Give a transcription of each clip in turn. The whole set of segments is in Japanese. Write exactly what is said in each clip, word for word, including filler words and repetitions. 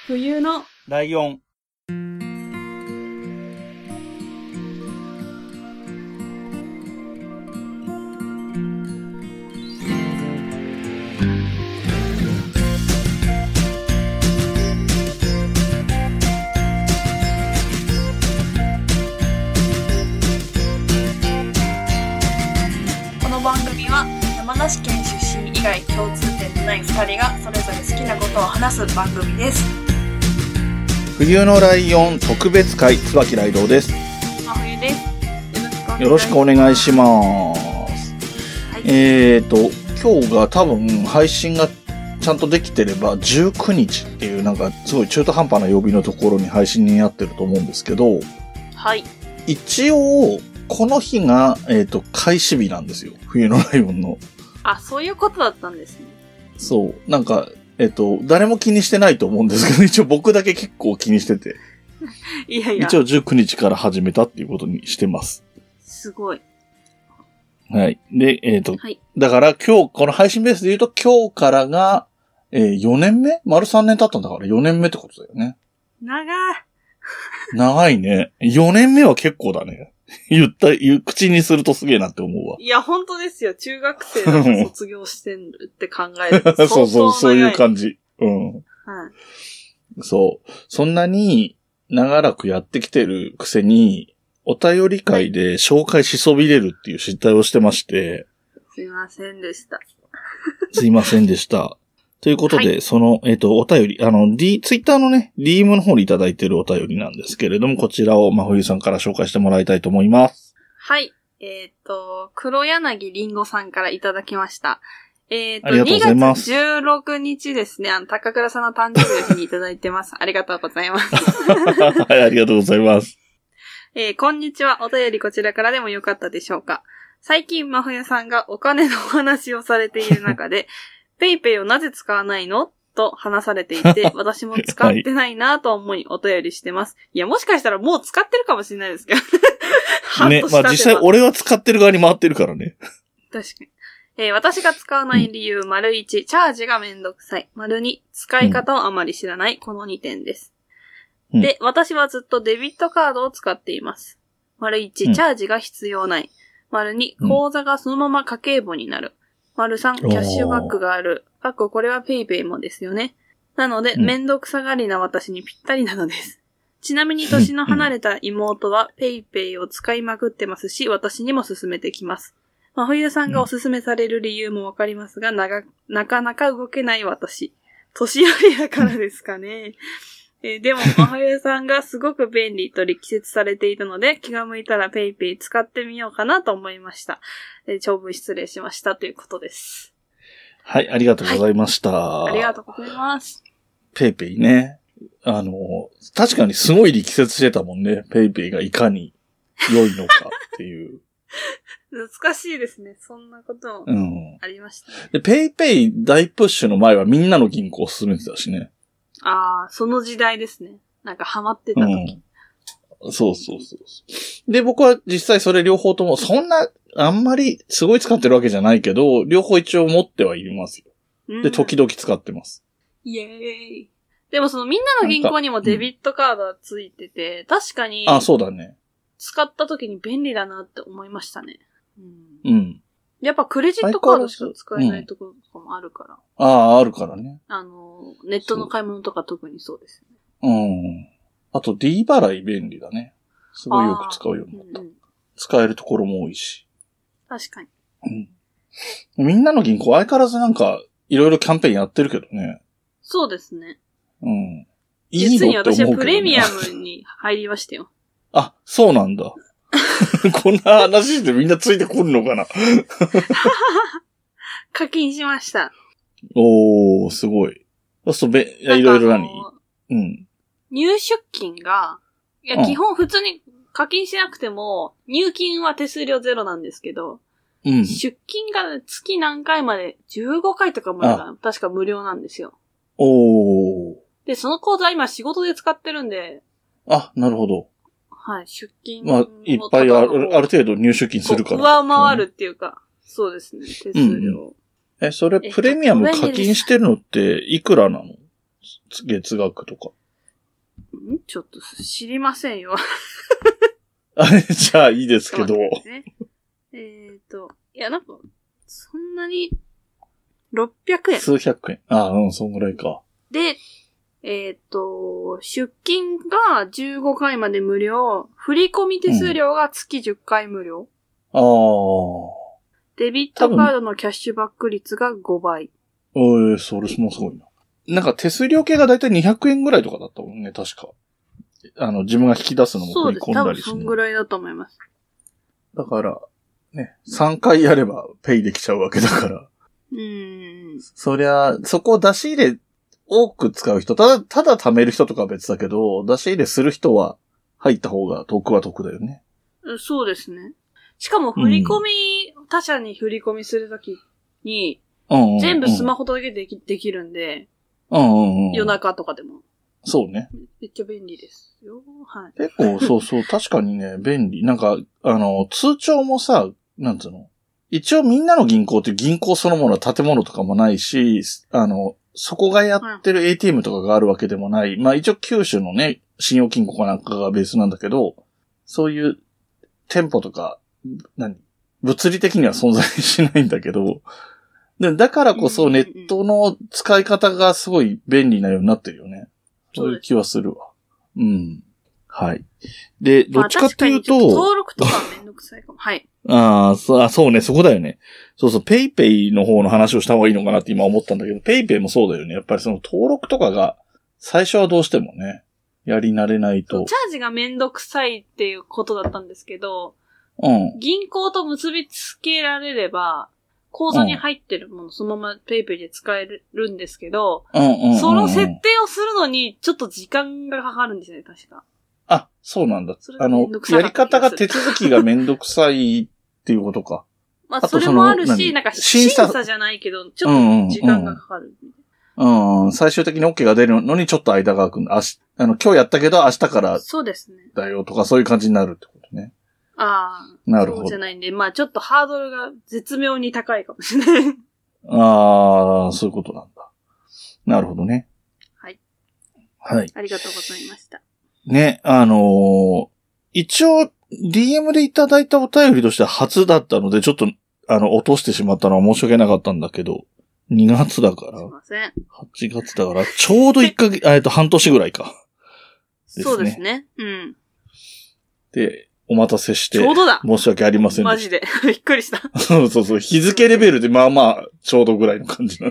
冬のライオン。 この番組は山梨県出身以外共通点のないふたりがそれぞれ好きなことを話す番組です。 冬のライオン特別会、椿ライドウです。 真冬です。 よろしくお願いします。 はい、 えーと、今日が多分配信がちゃんとできてればじゅうくにちっていうなんかすごい中途半端な曜日のところに配信になってると思うんですけど、 はい。 一応、この日が、えっと、開始日なんですよ。冬のライオンの。 あ、そういうことだったんですね。 そう。なんか、えっと、誰も気にしてないと思うんですけど、一応僕だけ結構気にしてて。 いやいや。 一応じゅうくにちから始めたっていうことにしてます。 すごい。 はい。で、えっと、 はい、 だから今日、この配信ベースで言うと今日からが、えー、よねんめ？丸さんねん経ったんだからよねんめってことだよね。 長い。 長いね。よねんめは結構だね。言った、言う、口にするとすげえなって思うわ。 いや、本当ですよ。中学生だと卒業してるって考えると相当長い。 そうそう、そういう感じ。うん。 はい。 そう。そんなに長らくやってきてるくせに、お便り会で紹介しそびれるっていう失態をしてまして。 すいませんでした。 すいませんでした。ということで、はい、その、えっと、お便り、あの、D、ツイッターのね、ディーエム の方にいただいているお便りなんですけれども、こちらを真冬さんから紹介してもらいたいと思います。 はい。えっと、黒柳りんごさんからいただきました。えっと、 ありがとうございます。 にがつじゅうろくにちですね、あの、高倉さんの誕生日の日にいただいてます。ありがとうございます。 はい、ありがとうございます。 えー、こんにちは。お便りこちらからでもよかったでしょうか。最近、真冬さんがお金のお話をされている中で、ペイペイをなぜ使わないのと話されていて、私も使ってないなと思いお便りしてます。はい、いや、もしかしたらもう使ってるかもしれないですけど。 ね、まあ実際俺は使ってる側に回ってるからね。 確かに。えー、私が使わない理由、丸いち、チャージがめんどくさい。丸に、使い方をあまり知らない、このにてんです。うん、で、私はずっとデビットカードを使っています。丸いち、チャージが必要ない。丸に、口座がそのまま家計簿になる。丸さん、キャッシュバックがある。かっここれはペイペイもですよね。なので、うん、めんどくさがりな私にぴったりなのです。ちなみに年の離れた妹はペイペイを使いまくってますし、私にも勧めてきます。真冬さんがおすすめされる理由もわかりますが、なが、なかなか動けない私。年寄りだからですかね。えー、でも、真冬さんがすごく便利と力説されていたので、気が向いたらペイペイ使ってみようかなと思いました。えー、長文失礼しましたということです。 はい、ありがとうございました。 はい、ありがとうございます。 ペイペイね。あの、確かにすごい力説してたもんね。ペイペイがいかに良いのかっていう。 懐かしいですね。そんなこともありました、ねうん。で、ペイペイ大プッシュの前はみんなの銀行を進めてたしね。 ああ、その時代ですね。なんかハマってた時、 うん。そうそうそう。で、僕は実際それ両方とも、そんな、あんまりすごい使ってるわけじゃないけど、両方一応持ってはいますよ。うん、で、時々使ってます。 イエーイ。でもそのみんなの銀行にもデビットカードはついてて、うん、確かに。 あ、そうだね。 使った時に便利だなって思いましたね。 うん。うん、 やっぱクレジットカードしか使えないところとかもあるから。 うん、ああ、あるからね。 あの、ネットの買い物とか特にそうですね。 うん。あと D 払い便利だね。すごいよく使うようになった、うんうん。使えるところも多いし。 確かに。 うん。みんなの銀行相変わらずなんか、いろいろキャンペーンやってるけどね。 そうですね。 うん。いいのって思うけど、ね。 実に私はプレミアムに入りましたよ。 あ、そうなんだ。こんな話してみんなついてくるのかな課金しました。 おー、すごい。そうするとべ、いろいろ何うん。 入出金が、いや、基本普通に課金しなくても、入金は手数料ゼロなんですけど、うん、出金が月何回まで、じゅうごかいとかまでが確か無料なんですよ。 おー。 で、その口座今仕事で使ってるんで。 あ、なるほど。 はい、出金まあ、いっぱいある、ある程度入出金するから。 上回るっていうか、そうですね、手数料。うん、 え、それプレミアム課金してるのっていくらなの？ 月額とか。 んちょっと知りませんよ。 あれ、じゃあいいですけど。 ね、えっと、いや、なんか、そんなに、ろっぴゃくえん。 数百円。ああ、うん、そんぐらいか。 で、えっと、出金がじゅうごかいまで無料、振込手数料が月じゅっかい無料。 うん、ああ。 デビットカードのキャッシュバック率がごばい。 ええー、それもすごいな。なんか手数料系がだいたいにひゃくえんぐらいとかだったもんね、確か。あの、自分が引き出すのも振り込んだりして。 そうです。多分そんぐらいだと思います。 だから、ね、さんかいやればペイできちゃうわけだから。 うーん。 そりゃ、そこを出し入れ多く使う人、ただ、ただ貯める人とかは別だけど、出し入れする人は入った方が得は得だよね。 そうですね。しかも振り込み、うん、他社に振り込みするときに、うんうんうん、全部スマホだけでき、できるんで、 うんうんうん、 夜中とかでも。 そうね。 めっちゃ便利ですよ。はい。 結構、そうそう、確かにね、便利。なんか、あの、通帳もさ、なんつうの。一応みんなの銀行って銀行そのものは建物とかもないし、あの、そこがやってる エーティーエム とかがあるわけでもない。うん、まあ一応九州のね、信用金庫かなんかがベースなんだけど、そういう店舗とか、何物理的には存在しないんだけど、でだからこそネットの使い方がすごい便利なようになってるよね。そういう気はするわ。うん。はい。で、どっちかっていうと。 登録とかめんどくさいかも。はい。 ああ、そう、そうね、そこだよね。そうそう、ペイペイの方の話をした方がいいのかなって今思ったんだけど、ペイペイもそうだよね。やっぱりその登録とかが、最初はどうしてもね、やり慣れないと。 チャージがめんどくさいっていうことだったんですけど、 うん。 銀行と結びつけられれば、口座に入ってるもの、そのままペイペイで使えるんですけど、 うんうんうんうん、 その設定をするのにちょっと時間がかかるんですよね、確か。 あ、そうなんだ。あの、やり方が手続きがめんどくさいっていうことか。 まあ、それもあるし、なんか審査じゃないけど、ちょっと時間がかかる。 うん、うんうん、最終的に OK が出るのにちょっと間が空くんだ。あし、あの、今日やったけど明日から。 そうですね。 だよとかそういう感じになるってことね。 ああ。 なるほど。 そうじゃないんで、まあちょっとハードルが絶妙に高いかもしれない。 ああ、そういうことなんだ。なるほどね。 はい。 はい。 ありがとうございました。 ね、あのー、一応 ディーエム でいただいたお便りとしては初だったので、ちょっと、あの、落としてしまったのは申し訳なかったんだけど、にがつだから。 すいません。 はちがつだから、ちょうどいっかげつ、えっと、半年ぐらいか、 ね。そうですね。うん。 で、お待たせして。 ちょうどだ。 申し訳ありませんでした。 マジで。びっくりした。 そうそうそう。日付レベルでまあまあ、ちょうどぐらいの感じな。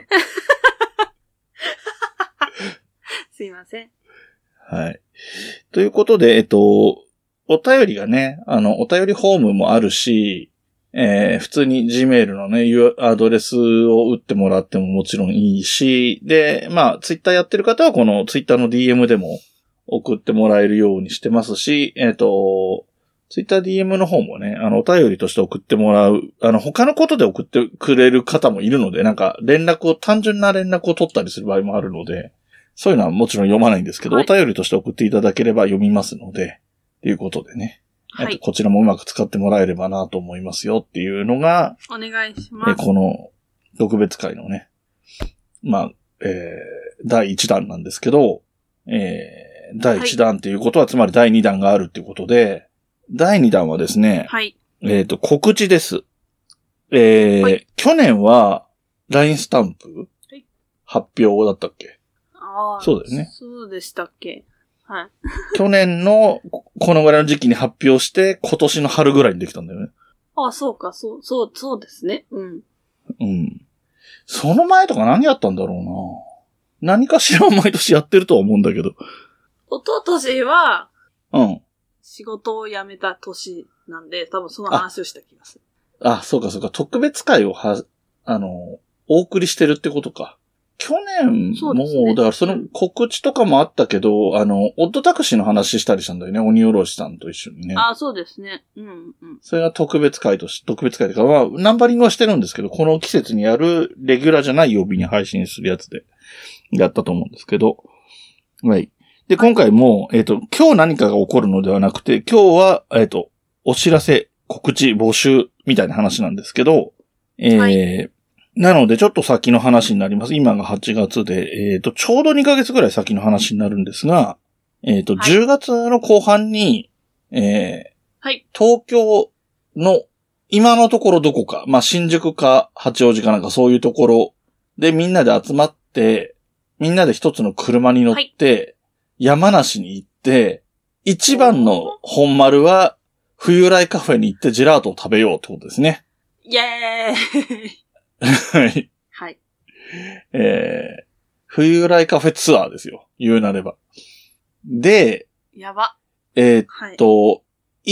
すいません。はい。 ということで、えっと、お便りがね、あの、お便りフォームもあるし、えー、普通に Gmail のね、アドレスを打ってもらってももちろんいいし、で、まあ、Twitter やってる方はこの Twitter の ディーエム でも送ってもらえるようにしてますし、えっと、Twitter ディーエム の方もね、あの、お便りとして送ってもらう、あの、他のことで送ってくれる方もいるので、なんか、連絡を、単純な連絡を取ったりする場合もあるので、そういうのはもちろん読まないんですけど、はい、お便りとして送っていただければ読みますので、ということでね。はい。こちらもうまく使ってもらえればなと思いますよっていうのが、 お願いします。 えこの特別会のね、まあ、えー、だいいちだんなんですけど、えー、だいいちだんっていうことは、はい、つまりだいにだんがあるっていうことで、だいにだんはですね、 はい。 えっと、告知です。えー、はい、去年は ライン スタンプ、はい、発表だったっけ？ ああ。 そうだよね。 そうでしたっけ？はい。 去年のこのぐらいの時期に発表して、今年の春ぐらいにできたんだよね。 ああ、そうか、そう、そう、そうですね。うん。 うん。その前とか何やったんだろうな。何かしら毎年やってるとは思うんだけど。 一昨年は、 うん。 仕事を辞めた年なんで、多分その話をした気がする。 あ、あそうかそうか。特別会をは、あの、お送りしてるってことか。去年も、ね、だからその告知とかもあったけど、あの、オッドタクシーの話したりしたんだよね。鬼おろしさんと一緒にね。 ああ、そうですね。うんうん。 それが特別会として、特別会というか、まあ、ナンバリングはしてるんですけど、この季節にやるレギュラーじゃない曜日に配信するやつで、やったと思うんですけど。はい。で、今回も、えっと、今日何かが起こるのではなくて、今日は、えっと、お知らせ、告知、募集、みたいな話なんですけど、えー、 はいなのでちょっと先の話になります。今がはちがつで、えっと、ちょうどにかげつぐらい先の話になるんですが、えっと、はい、じゅうがつの後半に、えーはい、 東京の今のところどこか、まあ、新宿か八王子かなんかそういうところでみんなで集まって、みんなで一つの車に乗って、山梨に行って、一番の本丸は冬来カフェに行ってジェラートを食べようってことですね。 イェーイはい。 はい。 えー、冬来カフェツアーですよ。言うなれば。で、 やば。 えー、っと、はい、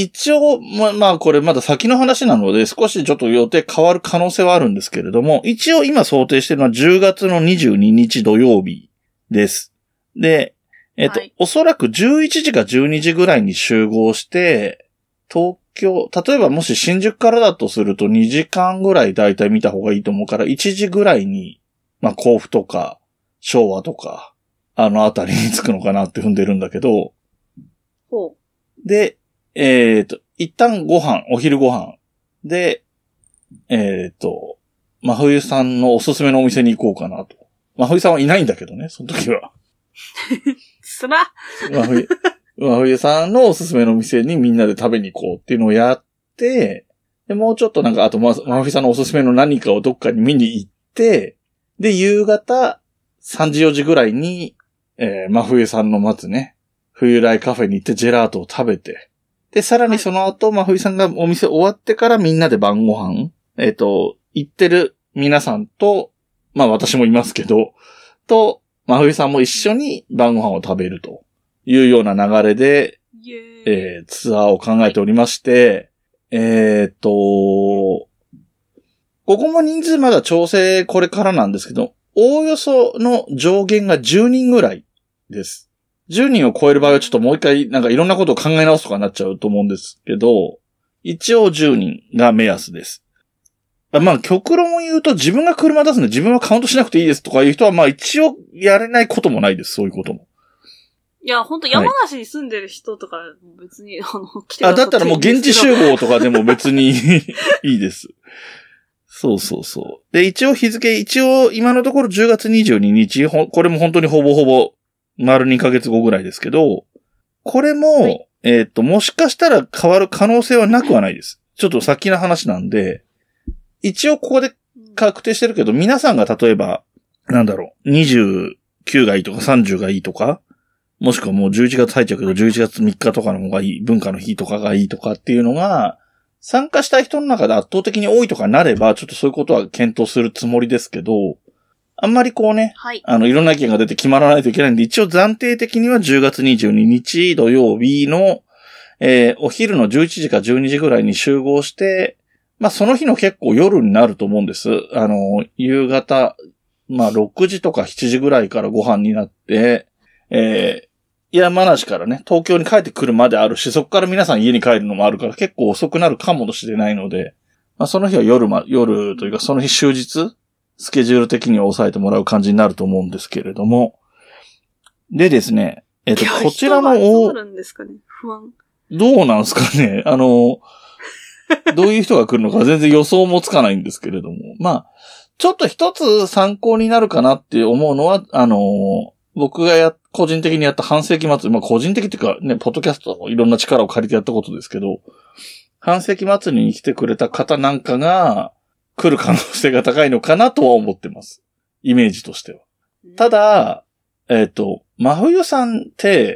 一応、ま、まあこれまだ先の話なので少しちょっと予定変わる可能性はあるんですけれども、一応今想定しているのはじゅうがつのにじゅうににち土曜日です。で、えー、っと、はい、おそらくじゅういちじかじゅうにじぐらいに集合して、東京、例えばもし新宿からだとするとにじかんぐらいだいたい見た方がいいと思うからいちじぐらいに、まあ甲府とか昭和とか、あのあたりに着くのかなって踏んでるんだけど、 ほう。 で、えっと、一旦ご飯、お昼ご飯で、えっと、真冬さんのおすすめのお店に行こうかなと。真冬さんはいないんだけどね、その時は。 すら真冬、真冬さんのおすすめの店にみんなで食べに行こうっていうのをやって、で、もうちょっとなんか、あと、ま、真冬さんのおすすめの何かをどっかに見に行って、で、夕方さんじよじぐらいに、えー、真冬さんの待つね、冬来カフェに行ってジェラートを食べて、で、さらにその後、真冬さんがお店終わってからみんなで晩ご飯、えっと、行ってる皆さんと、まあ私もいますけど、と、真冬さんも一緒に晩ご飯を食べるというような流れで、えー、ツアーを考えておりまして、えー、っと、ここも人数まだ調整これからなんですけど、おおよその上限がじゅうにんぐらいです。じゅうにんを超える場合はちょっともう一回なんかいろんなことを考え直すとかになっちゃうと思うんですけど、一応じゅうにんが目安です。まあ極論を言うと自分が車出すんで自分はカウントしなくていいですとかいう人はまあ一応やれないこともないです。そういうことも。 いや、ほんと山梨に住んでる人とか別に、はい、あの、来てあ、だったらもう現地集合とかでも別にいいです。そうそうそう。で、一応日付、一応今のところじゅうがつにじゅうににち、これも本当にほぼほぼ丸にかげつごぐらいですけど、これも、はい、えっと、もしかしたら変わる可能性はなくはないです。ちょっと先の話なんで、一応ここで確定してるけど、皆さんが例えば、なんだろう、にじゅうきゅうがいいとかさんじゅうがいいとか、もしくはもうじゅういちがつ入っちゃうけど、じゅういちがつみっかとかの方がいい、文化の日とかがいいとかっていうのが、参加したい人の中で圧倒的に多いとかなれば、ちょっとそういうことは検討するつもりですけど、あんまりこうね、はい、あの、いろんな意見が出て決まらないといけないんで、一応暫定的にはじゅうがつにじゅうににち土曜日の、えー、お昼のじゅういちじかじゅうにじぐらいに集合して、まあ、その日の結構夜になると思うんです。あの、夕方、まあ、ろくじとかしちじぐらいからご飯になって、えー、山梨からね、東京に帰ってくるまであるし、そこから皆さん家に帰るのもあるから結構遅くなるかもしれないので、まあ、その日は夜ま、夜というかその日終日、スケジュール的には抑えてもらう感じになると思うんですけれども。でですね、えっと、こちらの、 どうなんですかね、不安。 どうなんですかね、あの、どういう人が来るのか全然予想もつかないんですけれども。まあ、ちょっと一つ参考になるかなって思うのは、あの、僕がや、個人的にやった半世紀祭り、まあ個人的っていうかね、ポッドキャストのいろんな力を借りてやったことですけど、半世紀祭りに来てくれた方なんかが来る可能性が高いのかなとは思ってます。イメージとしては。ただ、えっと、真冬さんって、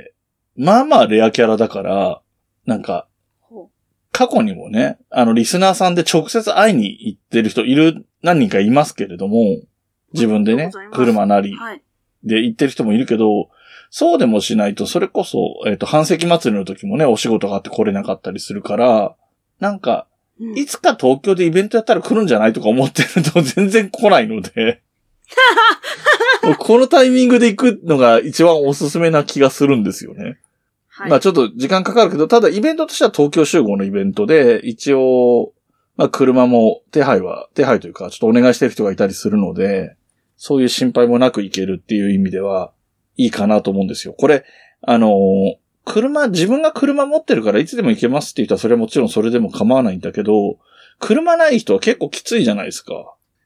まあまあレアキャラだから、なんか、過去にもね、あの、リスナーさんで直接会いに行ってる人いる、何人かいますけれども、自分でね、車なりで行ってる人もいるけど、そうでもしないと、それこそ、えっと、半世紀祭りの時もね、お仕事があって来れなかったりするから、なんか、いつか東京でイベントやったら来るんじゃないとか思ってると全然来ないので、このタイミングで行くのが一番おすすめな気がするんですよね。はい、まあちょっと時間かかるけど、ただイベントとしては東京集合のイベントで、一応、まあ車も手配は、手配というかちょっとお願いしてる人がいたりするので、そういう心配もなく行けるっていう意味ではいいかなと思うんですよ。これ、あの、車、自分が車持ってるからいつでも行けますって言ったらそれはもちろんそれでも構わないんだけど、車ない人は結構きついじゃないですか。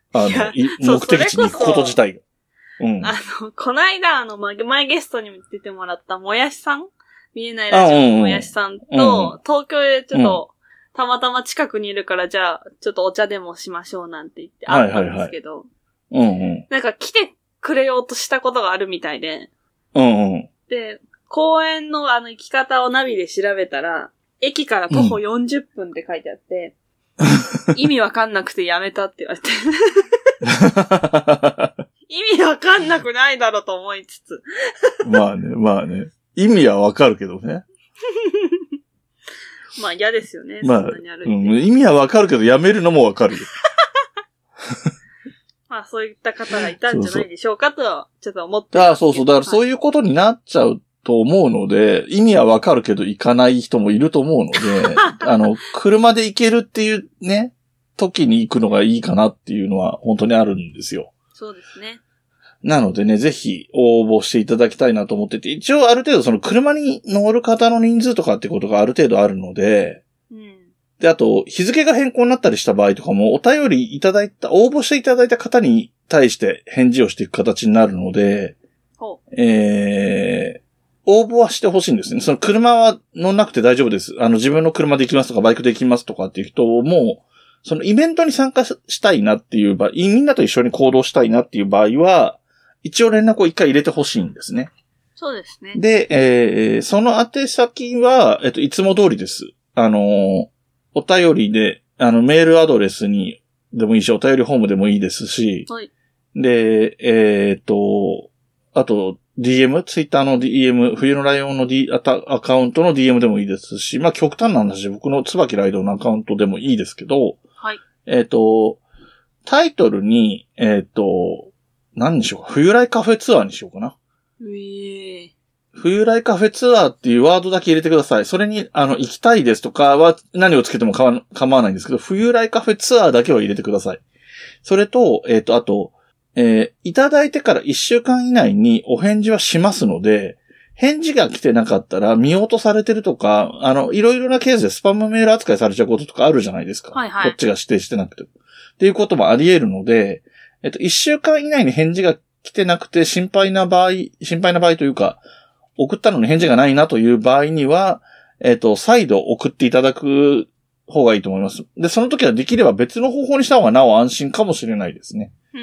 あの、目的地に行くこと自体が。うん。 あの、この間、あの、前ゲストにも出てもらったもやしさん見えないラジオのもやしさんと、うんうん、東京でちょっと、うん、たまたま近くにいるから、じゃあ、ちょっとお茶でもしましょうなんて言って会ったんですけど、 はいはいはい、うんうん。 なんか来てくれようとしたことがあるみたいで、 うんうん。 で、公園のあの行き方をナビで調べたら、駅から徒歩よんじゅっぷんって書いてあって、うん、意味わかんなくてやめたって言われて。意味わかんなくないだろうと思いつつ。 まあね、まあね。意味はわかるけどね。 まあ嫌ですよね。 まあ、 そんなに歩いて、 うん、意味はわかるけどやめるのもわかるよ。 まあそういった方がいたんじゃないでしょうかとは、ちょっと思ってああ、そうそう。だからそういうことになっちゃうと思うので、意味はわかるけど行かない人もいると思うので、あの、車で行けるっていうね、時に行くのがいいかなっていうのは本当にあるんですよ。 そうですね。 なのでね、ぜひ応募していただきたいなと思ってて、一応ある程度その車に乗る方の人数とかってことがある程度あるので、 うん、 で、あと、日付が変更になったりした場合とかも、お便りいただいた、応募していただいた方に対して返事をしていく形になるので、えー、応募はしてほしいんですね。その車は乗んなくて大丈夫です。あの、自分の車で行きますとか、バイクで行きますとかっていう人も、そのイベントに参加したいなっていう場合、みんなと一緒に行動したいなっていう場合は、一応連絡を一回入れてほしいんですね。 そうですね。 で、えー、その宛先は、えっと、いつも通りです。あのー、お便りで、あの、メールアドレスにでもいいし、お便りフォームでもいいですし、 はい。 で、えっと、あと、ディーエム、ツイッターの ディーエム、冬のライオンの、D、アカウントの ディーエム でもいいですし、まあ、極端な話、僕の椿ライドのアカウントでもいいですけど、 はい。 えっと、タイトルに、えっと、何にしようか。冬来カフェツアーにしようかな。 うえー。 冬来カフェツアーっていうワードだけ入れてください。それに、あの、行きたいですとかは何をつけても構わないんですけど、冬来カフェツアーだけは入れてください。それと、えっと、あと、えー、いただいてからいっしゅうかん以内にお返事はしますので、返事が来てなかったら見落とされてるとか、あの、いろいろなケースでスパムメール扱いされちゃうこととかあるじゃないですか。 はいはい。 こっちが指定してなくて。っていうこともあり得るので、えっと、いっしゅうかん以内に返事が来てなくて心配な場合、心配な場合というか、送ったのに返事がないなという場合には、えっと、再度送っていただく方がいいと思います。で、その時はできれば別の方法にした方がなお安心かもしれないですね。 うん、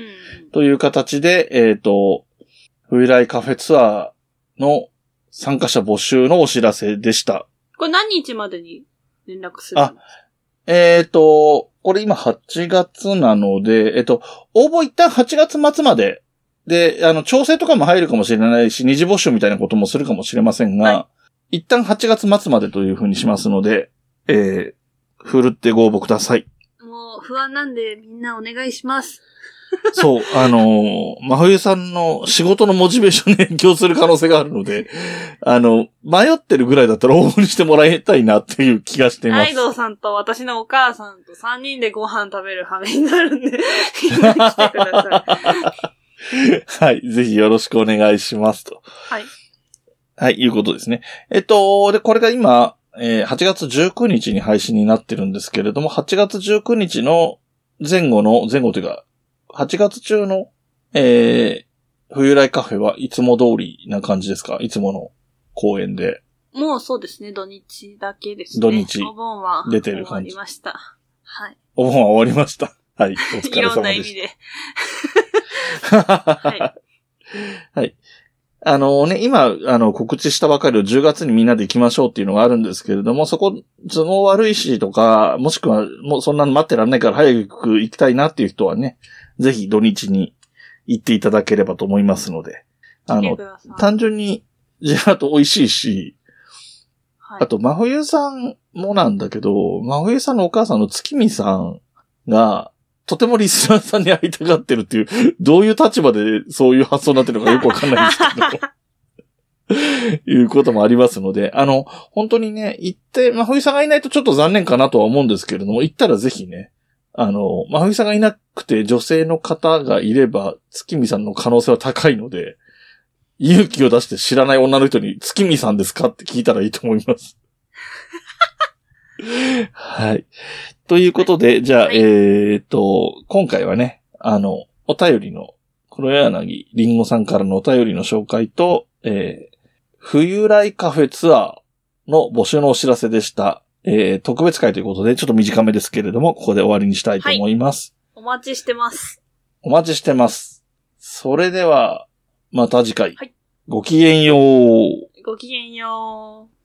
という形で、えっと、冬来カフェツアーの参加者募集のお知らせでした。 これ何日までに連絡するんですか？ あ、えっと、これ今はちがつなので、えっと、応募一旦はちがつ末まで、で、あの、調整とかも入るかもしれないし、二次募集みたいなこともするかもしれませんが、はい、一旦はちがつ末までというふうにしますので、えー、ふるってご応募ください。 もう不安なんでみんなお願いします。 そう、あのー、真冬さんの仕事のモチベーションに影響する可能性があるので、あの、迷ってるぐらいだったら応募にしてもらいたいなっていう気がしています。 アイドウさんと私のお母さんとさんにんでご飯食べる羽目になるんで、みんな来てください。 はい、ぜひよろしくお願いしますと。 はい。 はい、いうことですね。えっと、で、これが今、えー、はちがつじゅうくにちに配信になってるんですけれども、はちがつじゅうくにちの前後の、前後というか、はちがつ中の、えー、冬来カフェはいつも通りな感じですか？いつもの公演で。 もうそうですね、土日だけですね。 土日。 お盆は出てる感じ。 終わりました。はい。 お盆は終わりました。はい。お疲れ様でした。いろんな意味で。はい。 はい。あのね、今、あの、告知したばかりをじゅうがつにみんなで行きましょうっていうのがあるんですけれども、そこ、都合悪いしとか、もしくは、もうそんなの待ってらんないから早く行きたいなっていう人はね、ぜひ土日に行っていただければと思いますので、あの、単純にジェラート美味しいし、はい、あと、真冬さんもなんだけど、真冬さんのお母さんの月見さんが、とてもリスナーさんに会いたがってるっていう、どういう立場でそういう発想になってるのかよくわかんないんですけど。いうこともありますので、あの、本当にね、行って、真冬さんがいないとちょっと残念かなとは思うんですけれども、行ったらぜひね、あの、真冬さんがいなくて女性の方がいれば、月見さんの可能性は高いので、勇気を出して知らない女の人に、月見さんですかって聞いたらいいと思います。はい。ということで、じゃあ、はい、えーっと、今回はね、 あの、お便りの、黒柳りんごさんからのお便りの紹介と、えー、冬来カフェツアーの募集のお知らせでした。えー、特別会ということで、ちょっと短めですけれども、ここで終わりにしたいと思います。 はい、お待ちしてます。 お待ちしてます。それでは、また次回。 はい、 ごきげんよう。 ごきげんよう。